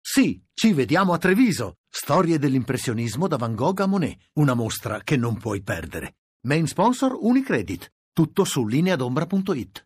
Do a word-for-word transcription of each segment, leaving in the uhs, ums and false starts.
Sì, ci vediamo a Treviso. Storie dell'impressionismo da Van Gogh a Monet. Una mostra che non puoi perdere. Main sponsor Unicredit. Tutto su lineadombra punto it.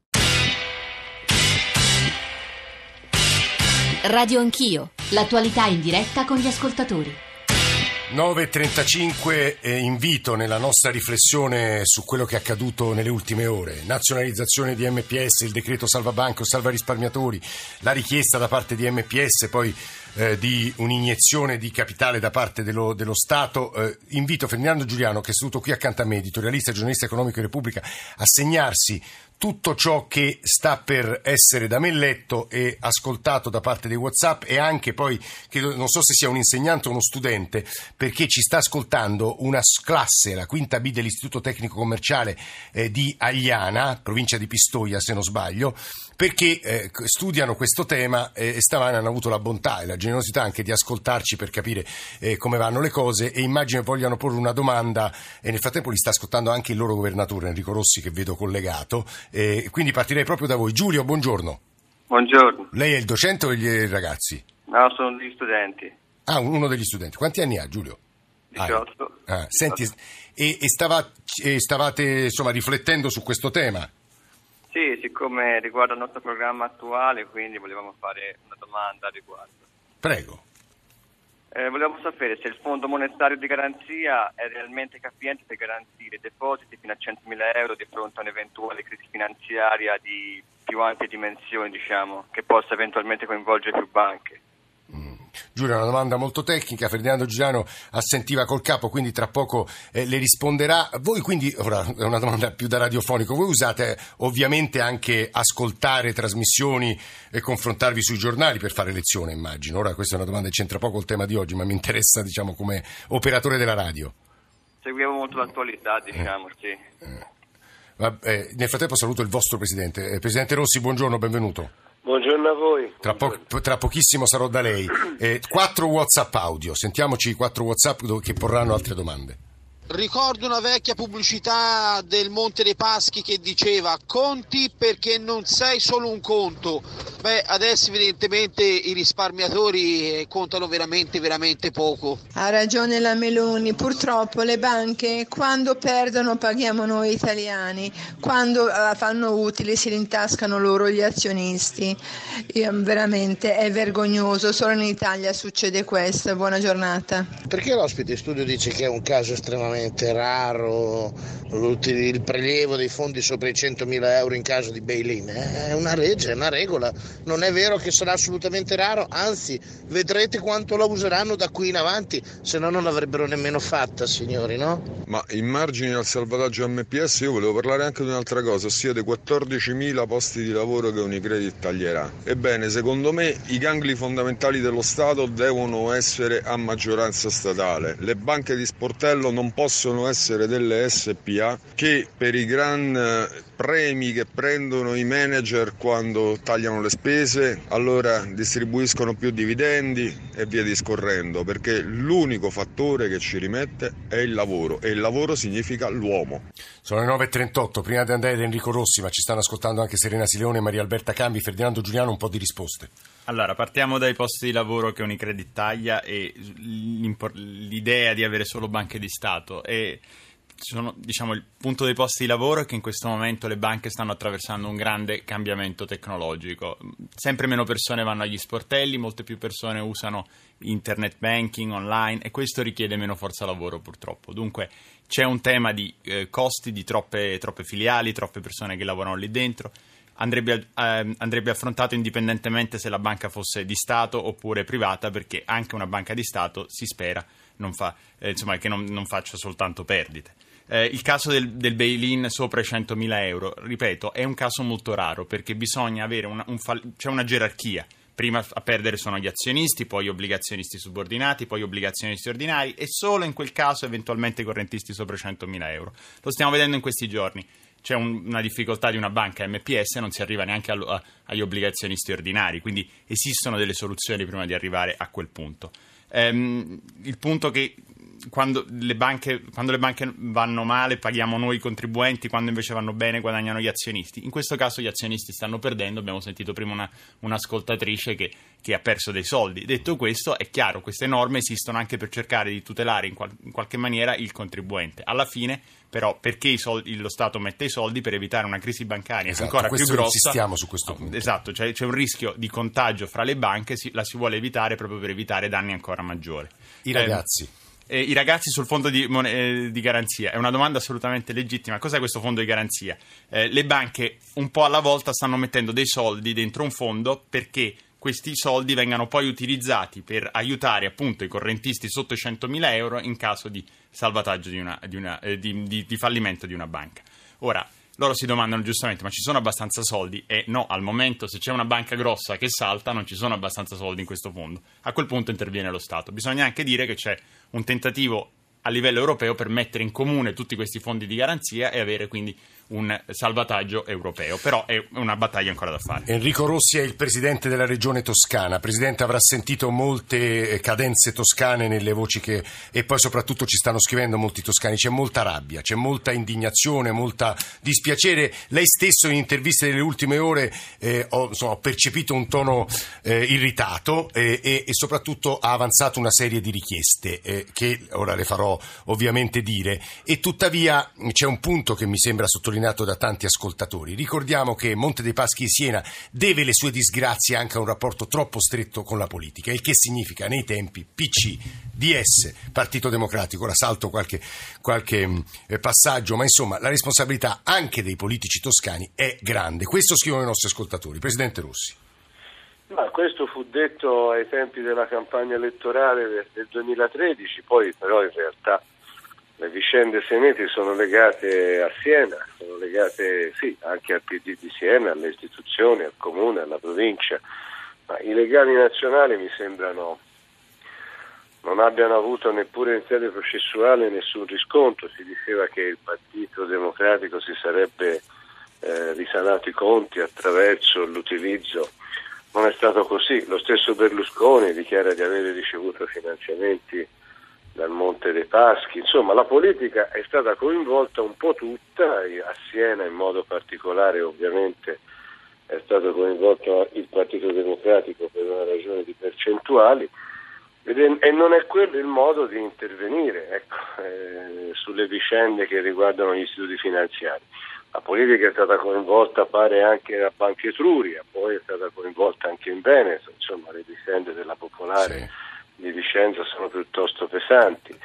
Radio Anch'io. L'attualità in diretta con gli ascoltatori. nove e trentacinque, eh, invito nella nostra riflessione su quello che è accaduto nelle ultime ore. Nazionalizzazione di M P S, il decreto salvabanche o salva risparmiatori, la richiesta da parte di M P S poi eh, di un'iniezione di capitale da parte dello, dello Stato. Eh, invito Ferdinando Giuliano, che è seduto qui accanto a me, editorialista e giornalista economico in Repubblica, a segnarsi tutto ciò che sta per essere da me letto e ascoltato da parte dei WhatsApp, e anche poi, che non so se sia un insegnante o uno studente, perché ci sta ascoltando una classe, la quinta B dell'Istituto Tecnico Commerciale eh, di Agliana, provincia di Pistoia se non sbaglio, perché eh, studiano questo tema eh, e stamane hanno avuto la bontà e la generosità anche di ascoltarci per capire eh, come vanno le cose, e immagino vogliano porre una domanda, e nel frattempo li sta ascoltando anche il loro governatore Enrico Rossi, che vedo collegato, eh, quindi partirei proprio da voi. Giulio, buongiorno. Buongiorno. Lei è il docente o i ragazzi? No, sono degli studenti. Ah, uno degli studenti. Quanti anni ha Giulio? diciotto. Ah, ah, senti, e, e, stava, e stavate insomma riflettendo su questo tema? Sì, siccome riguarda il nostro programma attuale, quindi volevamo fare una domanda al riguardo. Prego. Eh, volevamo sapere se il Fondo Monetario di Garanzia è realmente capiente per garantire depositi fino a centomila euro di fronte a un'eventuale crisi finanziaria di più ampie dimensioni, diciamo, che possa eventualmente coinvolgere più banche. Giulio, è una domanda molto tecnica. Ferdinando Giuliano assentiva col capo, quindi tra poco eh, le risponderà. Voi quindi, ora è una domanda più da radiofonico, voi usate ovviamente anche ascoltare trasmissioni e confrontarvi sui giornali per fare lezione, immagino. Ora questa è una domanda che c'entra poco col tema di oggi, ma mi interessa, diciamo, come operatore della radio. Seguiamo molto l'attualità, diciamo, sì. Eh, vabbè, nel frattempo saluto il vostro Presidente. Eh, Presidente Rossi, buongiorno, benvenuto. Buongiorno a voi. Tra, po- tra pochissimo sarò da lei. Eh, quattro WhatsApp audio, sentiamoci i quattro WhatsApp che porranno altre domande. Ricordo una vecchia pubblicità del Monte dei Paschi che diceva: conti perché non sei solo un conto. Beh, adesso evidentemente i risparmiatori contano veramente veramente poco. Ha ragione la Meloni, purtroppo le banche quando perdono paghiamo noi italiani, quando uh, fanno utili si rintascano loro gli azionisti. Io, veramente è vergognoso, solo in Italia succede questo. Buona giornata. Perché l'ospite in studio dice che è un caso estremamente raro il prelievo dei fondi sopra i centomila euro in caso di bail-in? È una legge, è una regola. Non è vero che sarà assolutamente raro, anzi vedrete quanto la useranno da qui in avanti, se no non l'avrebbero nemmeno fatta, signori, no? Ma in margine al salvataggio M P S io volevo parlare anche di un'altra cosa, ossia dei quattordicimila posti di lavoro che Unicredit taglierà. Ebbene, secondo me i gangli fondamentali dello Stato devono essere a maggioranza statale. Le banche di sportello non possono essere delle S P A che per i gran premi che prendono i manager quando tagliano le spese allora distribuiscono più dividendi e via discorrendo, perché l'unico fattore che ci rimette è il lavoro, e il lavoro significa l'uomo. Sono le nove e trentotto, prima di andare da Enrico Rossi, ma ci stanno ascoltando anche Serena Sileone e Maria Alberta Cambi. Ferdinando Giuliano, un po' di risposte. Allora, partiamo dai posti di lavoro che Unicredit taglia e l'idea di avere solo banche di Stato. E sono, diciamo, il punto dei posti di lavoro è che in questo momento le banche stanno attraversando un grande cambiamento tecnologico. Sempre meno persone vanno agli sportelli, molte più persone usano internet banking online, e questo richiede meno forza lavoro, purtroppo. Dunque c'è un tema di eh, costi, di troppe, troppe filiali, troppe persone che lavorano lì dentro. Andrebbe, eh, andrebbe affrontato indipendentemente se la banca fosse di Stato oppure privata, perché anche una banca di Stato si spera non fa, eh, insomma, che non, non faccia soltanto perdite. Eh, il caso del, del bail-in sopra i centomila euro, ripeto, è un caso molto raro, perché bisogna avere una, un fall- c'è una gerarchia. Prima a perdere sono gli azionisti, poi obbligazionisti subordinati, poi obbligazionisti ordinari, e solo in quel caso eventualmente i correntisti sopra i centomila euro. Lo stiamo vedendo in questi giorni. C'è un, una difficoltà di una banca M P S, non si arriva neanche a, a, agli obbligazionisti ordinari, quindi esistono delle soluzioni prima di arrivare a quel punto. Ehm, il punto che quando le banche quando le banche vanno male paghiamo noi contribuenti, quando invece vanno bene guadagnano gli azionisti. In questo caso gli azionisti stanno perdendo, abbiamo sentito prima una, un'ascoltatrice che, che ha perso dei soldi. Detto questo, è chiaro, queste norme esistono anche per cercare di tutelare in, qual, in qualche maniera il contribuente. Alla fine però perché i soldi, lo Stato mette i soldi per evitare una crisi bancaria esatto, ancora più grossa. Insistiamo su questo punto. Esatto, cioè c'è un rischio di contagio fra le banche, si, la si vuole evitare proprio per evitare danni ancora maggiori. I ragazzi. Eh, eh, I ragazzi sul fondo di, eh, di garanzia, è una domanda assolutamente legittima. Cos'è questo fondo di garanzia? Eh, le banche un po' alla volta stanno mettendo dei soldi dentro un fondo perché questi soldi vengano poi utilizzati per aiutare appunto i correntisti sotto i centomila euro in caso di salvataggio di, una, di, una, eh, di, di, di fallimento di una banca. Ora, loro si domandano giustamente, ma ci sono abbastanza soldi? E no, al momento se c'è una banca grossa che salta non ci sono abbastanza soldi in questo fondo. A quel punto interviene lo Stato. Bisogna anche dire che c'è un tentativo a livello europeo per mettere in comune tutti questi fondi di garanzia e avere quindi un salvataggio europeo, però è una battaglia ancora da fare. Enrico Rossi è il presidente della regione Toscana. Presidente, avrà sentito molte cadenze toscane nelle voci che e poi soprattutto ci stanno scrivendo molti toscani. C'è molta rabbia, c'è molta indignazione, molta dispiacere. Lei stesso in interviste delle ultime ore eh, ho, insomma, ho percepito un tono eh, irritato eh, e, e soprattutto ha avanzato una serie di richieste eh, che ora le farò ovviamente dire, e tuttavia c'è un punto che mi sembra sottolineato da tanti ascoltatori. Ricordiamo che Monte dei Paschi di Siena deve le sue disgrazie anche a un rapporto troppo stretto con la politica, il che significa nei tempi P C, D S, Partito Democratico. Ora salto qualche, qualche eh, passaggio, ma insomma la responsabilità anche dei politici toscani è grande. Questo scrivono i nostri ascoltatori. Presidente Rossi. Ma questo fu detto ai tempi della campagna elettorale del duemilatredici, poi però in realtà le vicende senesi sono legate a Siena, sono legate sì anche al P D di Siena, alle istituzioni, al comune, alla provincia, ma i legali nazionali mi sembrano non abbiano avuto neppure in sede processuale nessun riscontro. Si diceva che il Partito Democratico si sarebbe eh, risanato i conti attraverso l'utilizzo. Non è stato così. Lo stesso Berlusconi dichiara di avere ricevuto finanziamenti dal Monte dei Paschi. Insomma, la politica è stata coinvolta un po' tutta, a Siena in modo particolare ovviamente è stato coinvolto il Partito Democratico per una ragione di percentuali, e non è quello il modo di intervenire, ecco, eh, sulle vicende che riguardano gli istituti finanziari. La politica è stata coinvolta, pare, anche a Banca Etruria, poi è stata coinvolta anche in Veneto, insomma le vicende della Popolare sì. di Vicenza sono piuttosto pesanti.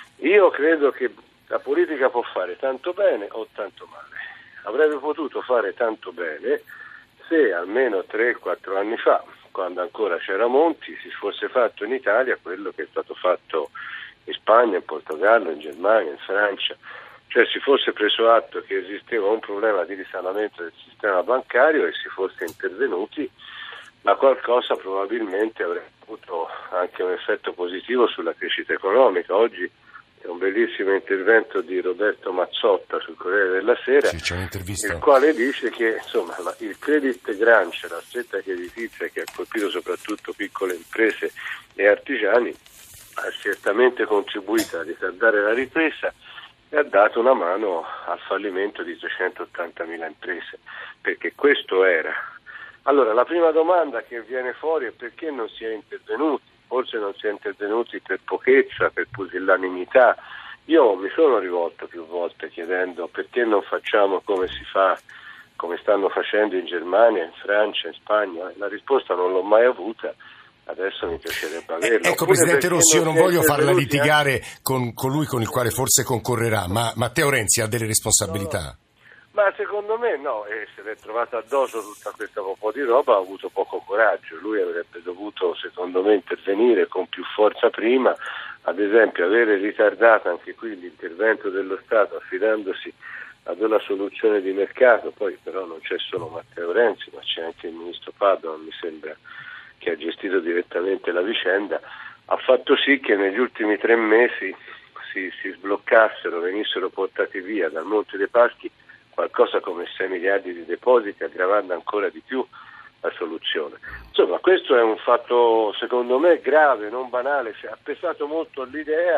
Io credo che la politica può fare tanto bene o tanto male. Avrebbe potuto fare tanto bene se almeno tre quattro anni fa, quando ancora c'era Monti, si fosse fatto in Italia quello che è stato fatto in Spagna, in Portogallo, in Germania, in Francia. Cioè si fosse preso atto che esisteva un problema di risanamento del sistema bancario e si fosse intervenuti, ma qualcosa probabilmente avrebbe avuto anche un effetto positivo sulla crescita economica. Oggi è un bellissimo intervento di Roberto Mazzotta sul Corriere della Sera, sì, c'è un'intervista. il quale dice che insomma il credit crunch, la stretta creditizia che ha colpito soprattutto piccole imprese e artigiani, ha certamente contribuito a ritardare la ripresa e ha dato una mano al fallimento di trecentottantamila imprese, perché questo era. Allora, la prima domanda che viene fuori è perché non si è intervenuti. Forse non si è intervenuti per pochezza, per pusillanimità. Io mi sono rivolto più volte chiedendo perché non facciamo come si fa, come stanno facendo in Germania, in Francia, in Spagna. La risposta non l'ho mai avuta. Adesso mi piacerebbe averlo. Ecco, Oppure Presidente Rossi, io non voglio farla litigare anche... con colui con il quale forse concorrerà, ma Matteo Renzi ha delle responsabilità? No, no. Ma secondo me no, e se l'è trovata addosso tutta questa po' di roba, ha avuto poco coraggio. Lui avrebbe dovuto, secondo me, intervenire con più forza prima, ad esempio avere ritardato anche qui l'intervento dello Stato affidandosi ad una soluzione di mercato. Poi però non c'è solo Matteo Renzi, ma c'è anche il ministro Padoan, mi sembra, che ha gestito direttamente la vicenda. Ha fatto sì che negli ultimi tre mesi si, si sbloccassero, venissero portati via dal Monte dei Paschi qualcosa come sei miliardi di depositi, aggravando ancora di più la soluzione. Insomma, questo è un fatto secondo me grave, non banale. Ha pesato molto l'idea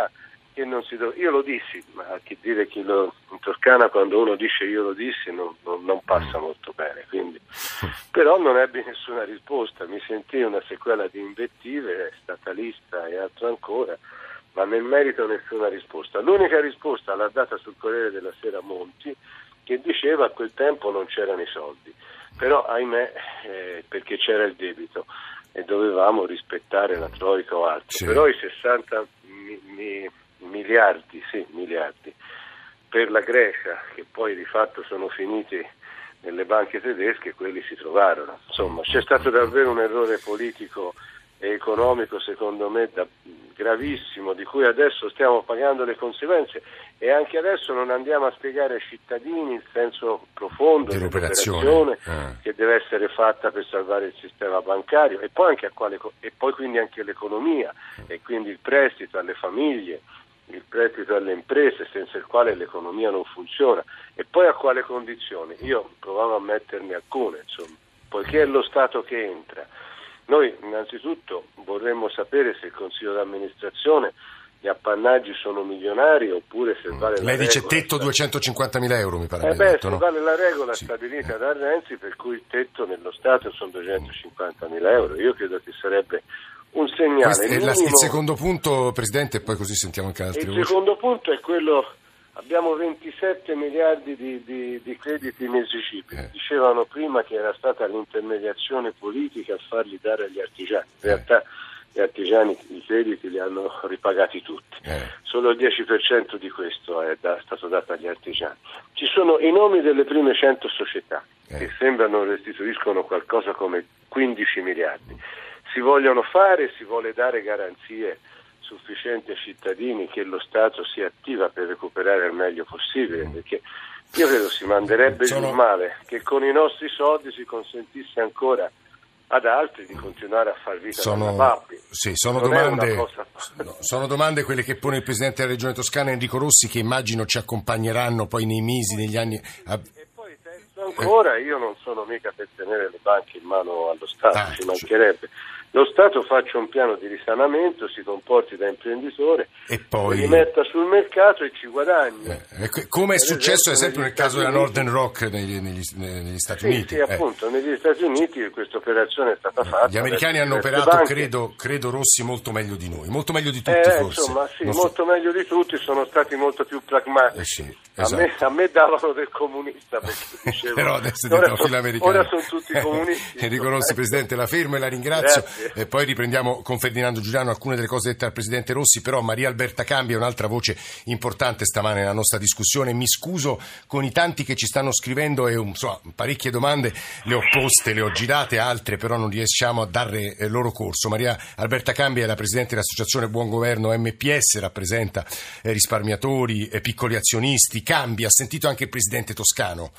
che non si do... io lo dissi, ma a chi dire chi lo... in Toscana quando uno dice io lo dissi non, non, non passa molto bene, quindi però non ebbi nessuna risposta, mi sentii una sequela di invettive, statalista e altro ancora, ma nel merito nessuna risposta. L'unica risposta l'ha data sul Corriere della Sera Monti, che diceva a quel tempo non c'erano i soldi, però ahimè eh, perché c'era il debito e dovevamo rispettare la troika o altro, sì. Però i sessanta mi, mi, miliardi, sì, miliardi per la Grecia, che poi di fatto sono finiti nelle banche tedesche, quelli si trovarono. Insomma, c'è stato davvero un errore politico e economico, secondo me, da, gravissimo, di cui adesso stiamo pagando le conseguenze, e anche adesso non andiamo a spiegare ai cittadini il senso profondo dell'operazione ah. che deve essere fatta per salvare il sistema bancario e poi anche a quale, e poi quindi anche l'economia e quindi il prestito alle famiglie, il prestito alle imprese, senza il quale l'economia non funziona, e poi a quale condizioni. Io provavo a metterne alcune, insomma, poiché è lo Stato che entra. Noi innanzitutto vorremmo sapere se il Consiglio d'amministrazione gli appannaggi sono milionari oppure se vale Lei la dice regola. tetto duecentocinquantamila euro, mi pare. Eh beh, detto, se no? vale la regola sì. stabilita da Renzi, per cui il tetto nello Stato sono duecentocinquantamila euro. Io credo che sarebbe un segnale. Questo è minimo. La, il secondo punto, Presidente, e poi così sentiamo anche altri. Il secondo punto è quello, abbiamo ventisette miliardi di, di, di crediti inesigibili. Eh. Dicevano prima che era stata l'intermediazione politica a farli dare agli artigiani. In realtà gli artigiani i crediti li hanno ripagati tutti, eh. solo il dieci per cento di questo è da, stato dato agli artigiani. Ci sono i nomi delle prime cento società eh. che sembrano restituiscono qualcosa come quindici miliardi. Si vogliono fare, si vuole dare garanzie sufficienti ai cittadini che lo Stato si attiva per recuperare il meglio possibile, perché io credo si manderebbe sono... il male che con i nostri soldi si consentisse ancora ad altri di continuare a far vita sono, dalla babbi. Sì, sono non domande, cosa... no, sono domande quelle che pone il Presidente della Regione Toscana Enrico Rossi, che immagino ci accompagneranno poi nei mesi, negli anni. E poi terzo ancora, io non sono mica per tenere le banche in mano allo Stato, ah, ci mancherebbe. Lo Stato faccia un piano di risanamento, si comporti da imprenditore, e poi li metta sul mercato e ci guadagni. Eh, come è per successo ad esempio nel caso della Northern Rock negli, negli, negli Stati sì, Uniti. Sì, eh. appunto, negli Stati Uniti questa operazione è stata fatta. Gli americani hanno operato, credo, credo Rossi, molto meglio di noi, molto meglio di tutti eh, forse. Insomma, sì, non molto so. meglio di tutti, sono stati molto più pragmatici. Eh sì, esatto. a, me, a me davano del comunista, perché dicevo, però adesso è diventato filo americano. Ora sono tutti comunisti. Enrico Rossi, Presidente, la fermo e la ringrazio. Grazie. E poi riprendiamo con Ferdinando Giuliano alcune delle cose dette dal Presidente Rossi, però Maria Alberta Cambi è un'altra voce importante stamane nella nostra discussione. Mi scuso con i tanti che ci stanno scrivendo e insomma, parecchie domande le ho poste, le ho girate, altre però non riusciamo a dare eh, loro corso. Maria Alberta Cambi è la Presidente dell'Associazione Buon Governo M P S, rappresenta eh, risparmiatori, eh, piccoli azionisti. Cambi, ha sentito anche il Presidente toscano?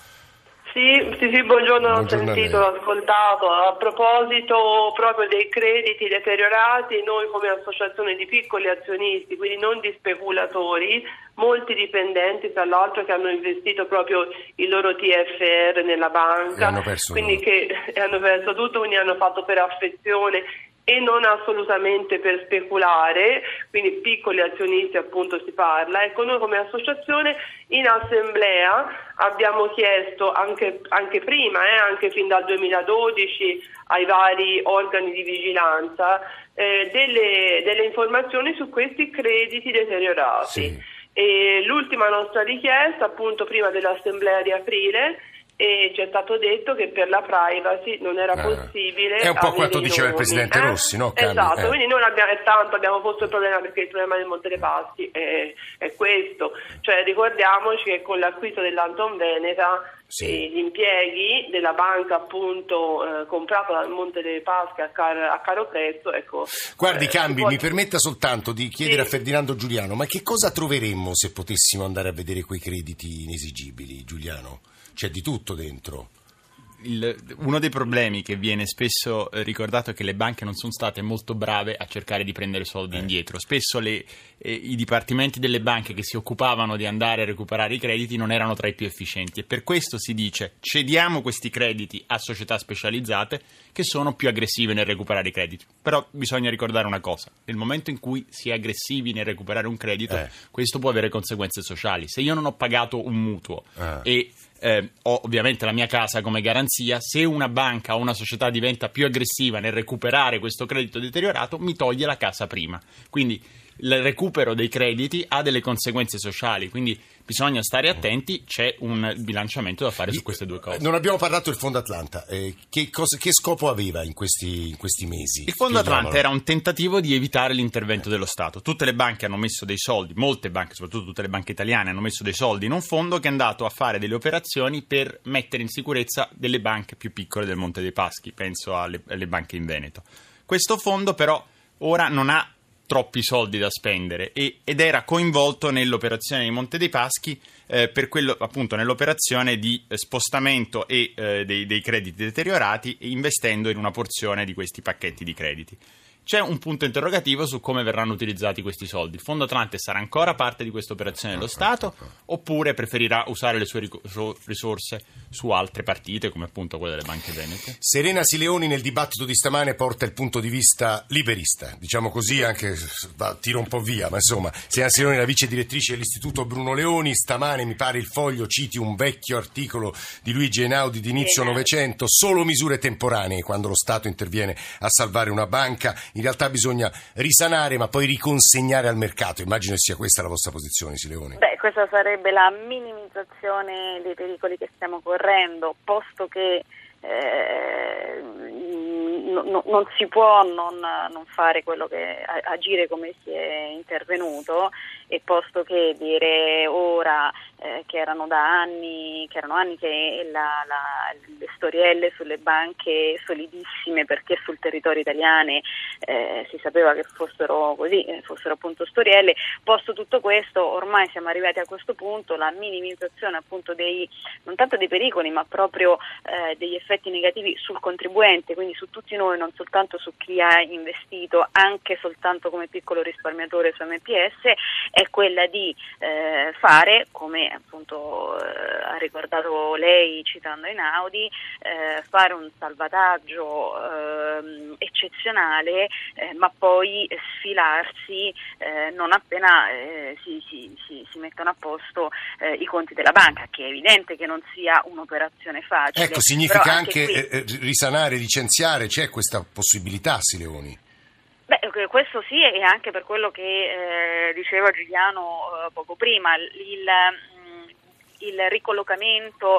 Sì, sì, sì, buongiorno, l'ho sentito, l'ho ascoltato. A proposito proprio dei crediti deteriorati, noi come associazione di piccoli azionisti, quindi non di speculatori, molti dipendenti tra l'altro che hanno investito proprio il loro T F R nella banca, hanno perso... quindi che hanno perso tutto, quindi hanno fatto per affezione e non assolutamente per speculare, quindi piccoli azionisti appunto si parla. Ecco, noi come associazione in assemblea abbiamo chiesto anche, anche prima, eh, anche fin dal duemiladodici ai vari organi di vigilanza eh, delle, delle informazioni su questi crediti deteriorati. Sì. E l'ultima nostra richiesta appunto prima dell'assemblea di aprile, e ci è stato detto che per la privacy non era ah. possibile. È un po' quanto diceva il Presidente eh? Rossi, no? Cambi, Esatto, eh. quindi noi abbiamo, tanto abbiamo posto il problema, perché il problema del Monte dei Paschi è, è questo, cioè ricordiamoci che con l'acquisto dell'Anton Veneta sì. eh, gli impieghi della banca appunto eh, comprata dal Monte dei Paschi a, car- a caro prezzo, ecco. Guardi eh, Cambi, può... mi permetta soltanto di chiedere sì. a Ferdinando Giuliano, ma che cosa troveremmo se potessimo andare a vedere quei crediti inesigibili, Giuliano? C'è di tutto dentro. il, uno dei problemi che viene spesso ricordato è che le banche non sono state molto brave a cercare di prendere soldi eh. indietro. Spesso le, eh, i dipartimenti delle banche che si occupavano di andare a recuperare i crediti non erano tra i più efficienti, e per questo si dice: cediamo questi crediti a società specializzate che sono più aggressive nel recuperare i crediti. Però bisogna ricordare una cosa: nel momento in cui si è aggressivi nel recuperare un credito, eh. questo può avere conseguenze sociali. Se io non ho pagato un mutuo eh. e Eh, ho ovviamente la mia casa come garanzia, se una banca o una società diventa più aggressiva nel recuperare questo credito deteriorato, mi toglie la casa prima. Quindi il recupero dei crediti ha delle conseguenze sociali, quindi bisogna stare attenti, c'è un bilanciamento da fare su queste due cose. Non abbiamo parlato del Fondo Atlanta, eh, che, cosa, che scopo aveva in questi, in questi mesi? Il Fondo Atlanta era un tentativo di evitare l'intervento dello Stato. Tutte le banche hanno messo dei soldi, molte banche, soprattutto tutte le banche italiane, hanno messo dei soldi in un fondo che è andato a fare delle operazioni per mettere in sicurezza delle banche più piccole del Monte dei Paschi, penso alle, alle banche in Veneto. Questo fondo però ora non ha troppi soldi da spendere e, ed era coinvolto nell'operazione di Monte dei Paschi eh, per quello appunto nell'operazione di eh, spostamento e eh, dei, dei crediti deteriorati, investendo in una porzione di questi pacchetti di crediti. C'è un punto interrogativo su come verranno utilizzati questi soldi. Il Fondo Atlante sarà ancora parte di questa operazione dello Stato oppure preferirà usare le sue risorse su altre partite come appunto quelle delle banche venete? Serena Sileoni nel dibattito di stamane porta il punto di vista liberista, diciamo così, anche va, tiro un po' via, ma insomma Serena Sileoni, la vice direttrice dell'Istituto Bruno Leoni, stamane mi pare il Foglio citi un vecchio articolo di Luigi Einaudi di inizio Novecento: solo misure temporanee quando lo Stato interviene a salvare una banca. In realtà bisogna risanare ma poi riconsegnare al mercato. Immagino sia questa la vostra posizione, Sileoni. Beh, questa sarebbe la minimizzazione dei pericoli che stiamo correndo, posto che eh, no, no, non si può non, non fare quello che agire come si è intervenuto, e posto che dire ora eh, che erano da anni che erano anni che la, la, le storielle sulle banche solidissime, perché sul territorio italiano eh, si sapeva che fossero così, fossero appunto storielle, posto tutto questo, ormai siamo arrivati a questo punto, la minimizzazione appunto dei, non tanto dei pericoli ma proprio eh, degli effetti negativi sul contribuente, quindi su tutti noi, non soltanto su chi ha investito anche soltanto come piccolo risparmiatore su M P S, è quella di eh, fare, come appunto eh, ha ricordato lei citando Einaudi, eh, fare un salvataggio eh, eccezionale, eh, ma poi sfilarsi eh, non appena eh, si, si, si, si mettono a posto eh, i conti della banca, che è evidente che non sia un'operazione facile. Ecco, significa anche, anche qui... risanare, licenziare, c'è questa possibilità, Sileoni? Beh, questo sì, e anche per quello che eh, diceva Giuliano eh, poco prima, il, mh, il ricollocamento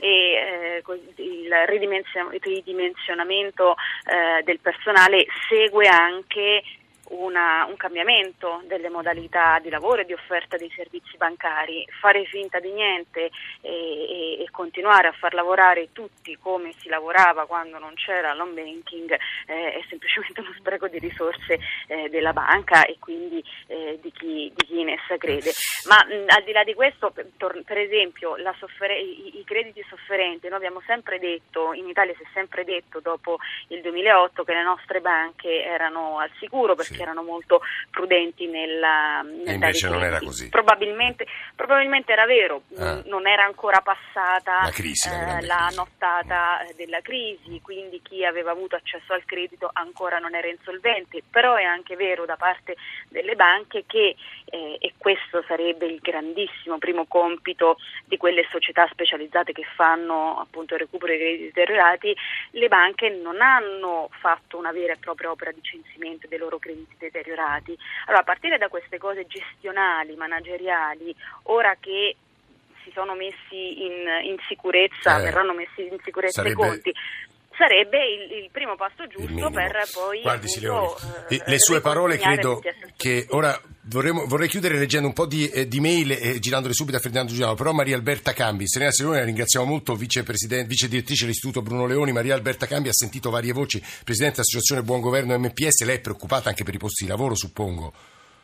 e eh, il ridimensionamento eh, del personale segue anche Una, un cambiamento delle modalità di lavoro e di offerta dei servizi bancari. Fare finta di niente e, e, e continuare a far lavorare tutti come si lavorava quando non c'era l'home banking eh, è semplicemente uno spreco di risorse eh, della banca e quindi eh, di, chi, di chi in essa crede. Ma mh, al di là di questo, per, per esempio la soffere- i, i crediti sofferenti, noi abbiamo sempre detto, in Italia si è sempre detto dopo il duemilaotto che le nostre banche erano al sicuro perché sì. erano molto prudenti nella, nel e invece non era così. Probabilmente, probabilmente era vero, ah. non era ancora passata la, crisi, la, eh, la crisi. nottata della crisi, quindi chi aveva avuto accesso al credito ancora non era insolvente, però è anche vero da parte delle banche che, eh, e questo sarebbe il grandissimo primo compito di quelle società specializzate che fanno appunto il recupero dei crediti deteriorati, le banche non hanno fatto una vera e propria opera di censimento dei loro crediti deteriorati. Allora, a partire da queste cose gestionali, manageriali, ora che si sono messi in, in sicurezza, eh, verranno messi in sicurezza sarebbe... i conti, sarebbe il, il primo passo giusto per poi Guardi, appunto, eh, le sue parole credo che ora vorremmo, vorrei chiudere leggendo un po' di, eh, di mail e eh, girandole subito a Ferdinando Giuliano, però Maria Alberta Cambi, Serena Sileoni la ringraziamo molto, vicepresidente, vice direttrice dell'Istituto Bruno Leoni. Maria Alberta Cambi ha sentito varie voci, presidente dell'Associazione Buon Governo M P S, lei è preoccupata anche per i posti di lavoro, suppongo?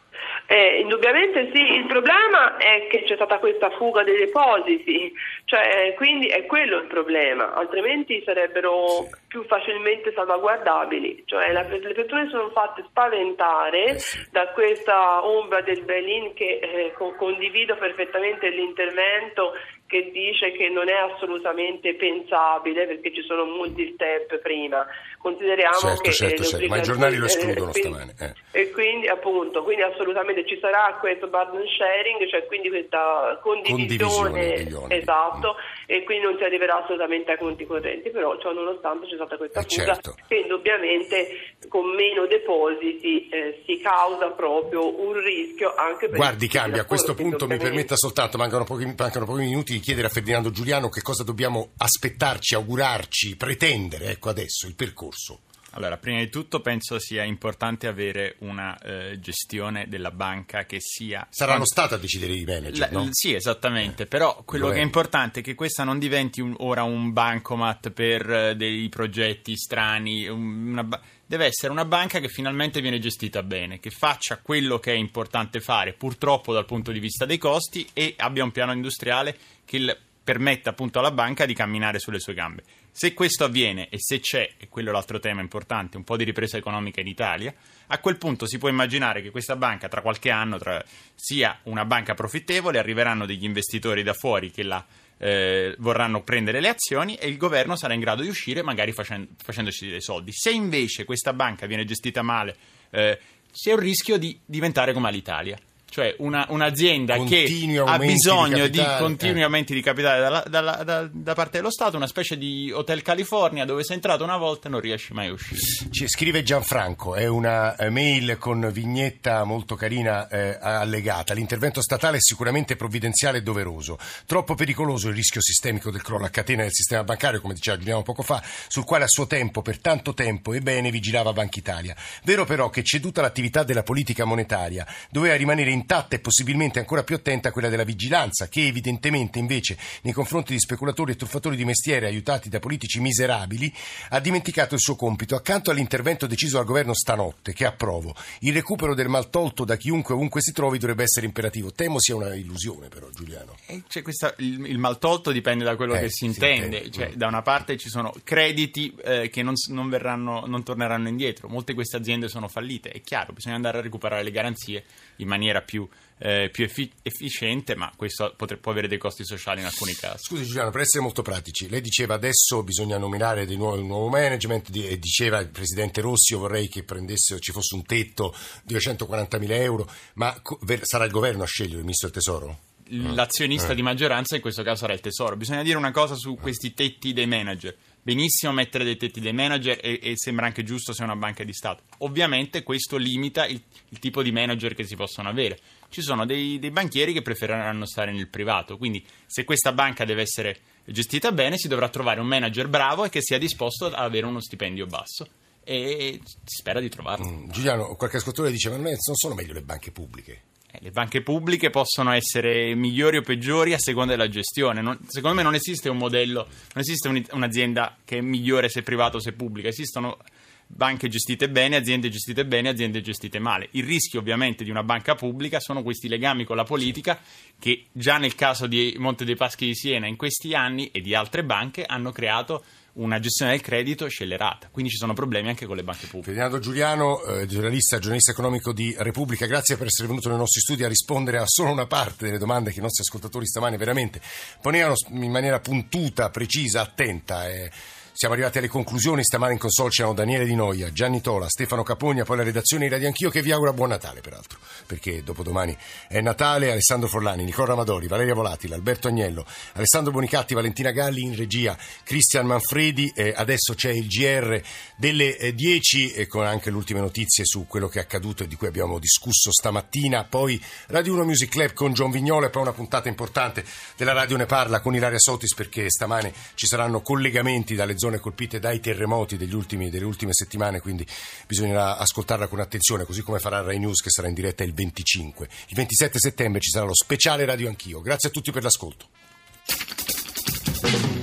Eh, indubbiamente sì, il problema è che c'è stata questa fuga dei depositi, cioè, quindi è quello il problema, altrimenti sarebbero sì. più facilmente salvaguardabili, cioè la, le persone sono fatte spaventare eh sì. da questa ombra del bail-in che eh, co- condivido perfettamente l'intervento che dice che non è assolutamente pensabile perché ci sono molti step prima. Consideriamo certo, che certo, eh, certo. Ma i giornali lo escludono eh, stamane eh. e quindi appunto quindi assolutamente ci sarà questo burden sharing, cioè quindi questa condivisione, condivisione esatto mm. e quindi non si arriverà assolutamente ai conti correnti, però ciò nonostante c'è stata questa eh, fuga certo. che indubbiamente con meno depositi eh, si causa proprio un rischio anche per guardi cambia a questo lavoro, punto mi permetta soltanto mancano pochi, mancano pochi minuti di chiedere a Ferdinando Giuliano che cosa dobbiamo aspettarci, augurarci, pretendere ecco adesso il percorso. Allora, prima di tutto penso sia importante avere una eh, gestione della banca che sia... Sarà lo Stato a decidere i manager, la, no? Sì, esattamente, però quello Governo. Che è importante è che questa non diventi un, ora un bancomat per uh, dei progetti strani, una ba- deve essere una banca che finalmente viene gestita bene, che faccia quello che è importante fare, purtroppo dal punto di vista dei costi, e abbia un piano industriale che il, permetta appunto alla banca di camminare sulle sue gambe. Se questo avviene e se c'è, e quello è l'altro tema importante, un po' di ripresa economica in Italia, a quel punto si può immaginare che questa banca tra qualche anno tra, sia una banca profittevole, arriveranno degli investitori da fuori che la eh, vorranno prendere le azioni e il governo sarà in grado di uscire magari facendo, facendoci dei soldi. Se invece questa banca viene gestita male, eh, c'è un rischio di diventare come l'Italia. Cioè una, un'azienda continui che ha bisogno di, di continui eh. aumenti di capitale dalla, dalla, da, da parte dello Stato, una specie di Hotel California dove sei entrato una volta e non riesci mai a uscire. Ci scrive Gianfranco, è una mail con vignetta molto carina eh, allegata. L'intervento statale è sicuramente provvidenziale e doveroso. Troppo pericoloso il rischio sistemico del crollo a catena del sistema bancario, come diceva Giuliano poco fa, sul quale a suo tempo, per tanto tempo e bene, vigilava Banca Italia. Vero però che ceduta l'attività della politica monetaria doveva rimanere intatta e possibilmente ancora più attenta a quella della vigilanza, che evidentemente invece nei confronti di speculatori e truffatori di mestiere aiutati da politici miserabili ha dimenticato il suo compito. Accanto all'intervento deciso dal governo stanotte, che approvo, il recupero del maltolto da chiunque ovunque si trovi dovrebbe essere imperativo. Temo sia una illusione però, Giuliano. Eh, cioè questa, il, il maltolto dipende da quello eh, che si intende, si cioè, da una parte ci sono crediti eh, che non, non, verranno, non torneranno indietro, molte di queste aziende sono fallite, è chiaro, bisogna andare a recuperare le garanzie in maniera più Eh, più effi- efficiente, ma questo potrebbe, può avere dei costi sociali in alcuni casi. Scusi Giuliano, per essere molto pratici, lei diceva adesso bisogna nominare di nuovo un nuovo management di, e diceva il presidente Rossi io vorrei che prendesse, ci fosse un tetto di duecentoquarantamila euro, ma co- ver- sarà il governo a scegliere, il ministro del Tesoro? L'azionista eh. di maggioranza in questo caso sarà il Tesoro. Bisogna dire una cosa su questi tetti dei manager. Benissimo mettere dei tetti dei manager e, e sembra anche giusto se è una banca di Stato. Ovviamente questo limita il, il tipo di manager che si possono avere. Ci sono dei, dei banchieri che preferiranno stare nel privato, quindi se questa banca deve essere gestita bene si dovrà trovare un manager bravo e che sia disposto ad avere uno stipendio basso e si spera di trovarlo. Mm, Giuliano, qualche ascoltatore dice ma non, è, non sono meglio le banche pubbliche? Eh, le banche pubbliche possono essere migliori o peggiori a seconda della gestione. Non, secondo me non esiste un modello, non esiste un, un'azienda che è migliore se privata o se pubblica, esistono banche gestite bene, aziende gestite bene, aziende gestite male. Il rischio ovviamente di una banca pubblica sono questi legami con la politica che già nel caso di Monte dei Paschi di Siena in questi anni e di altre banche hanno creato una gestione del credito scellerata, quindi ci sono problemi anche con le banche pubbliche. Ferdinando Giuliano, eh, giornalista, giornalista economico di Repubblica, grazie per essere venuto nei nostri studi a rispondere a solo una parte delle domande che i nostri ascoltatori stamane veramente ponevano in maniera puntuta, precisa, attenta. Eh. Siamo arrivati alle conclusioni, stamane in console c'erano Daniele Di Noia, Gianni Tola, Stefano Capogna, poi la redazione di Radio Anch'io che vi augura buon Natale peraltro, perché dopodomani è Natale. Alessandro Forlani, Nicola Ramadori, Valeria Volatile, Alberto Agnello, Alessandro Bonicatti, Valentina Galli in regia, Cristian Manfredi, eh, adesso c'è il G R delle eh, dieci e con anche le ultime notizie su quello che è accaduto e di cui abbiamo discusso stamattina, poi Radio uno Music Club con John Vignola e poi una puntata importante della Radio Ne Parla con Ilaria Sotis perché stamane ci saranno collegamenti dalle zone colpite dai terremoti degli ultimi, delle ultime settimane, quindi bisognerà ascoltarla con attenzione, così come farà Rai News che sarà in diretta il venticinque. Il ventisette settembre ci sarà lo speciale Radio Anch'io. Grazie a tutti per l'ascolto.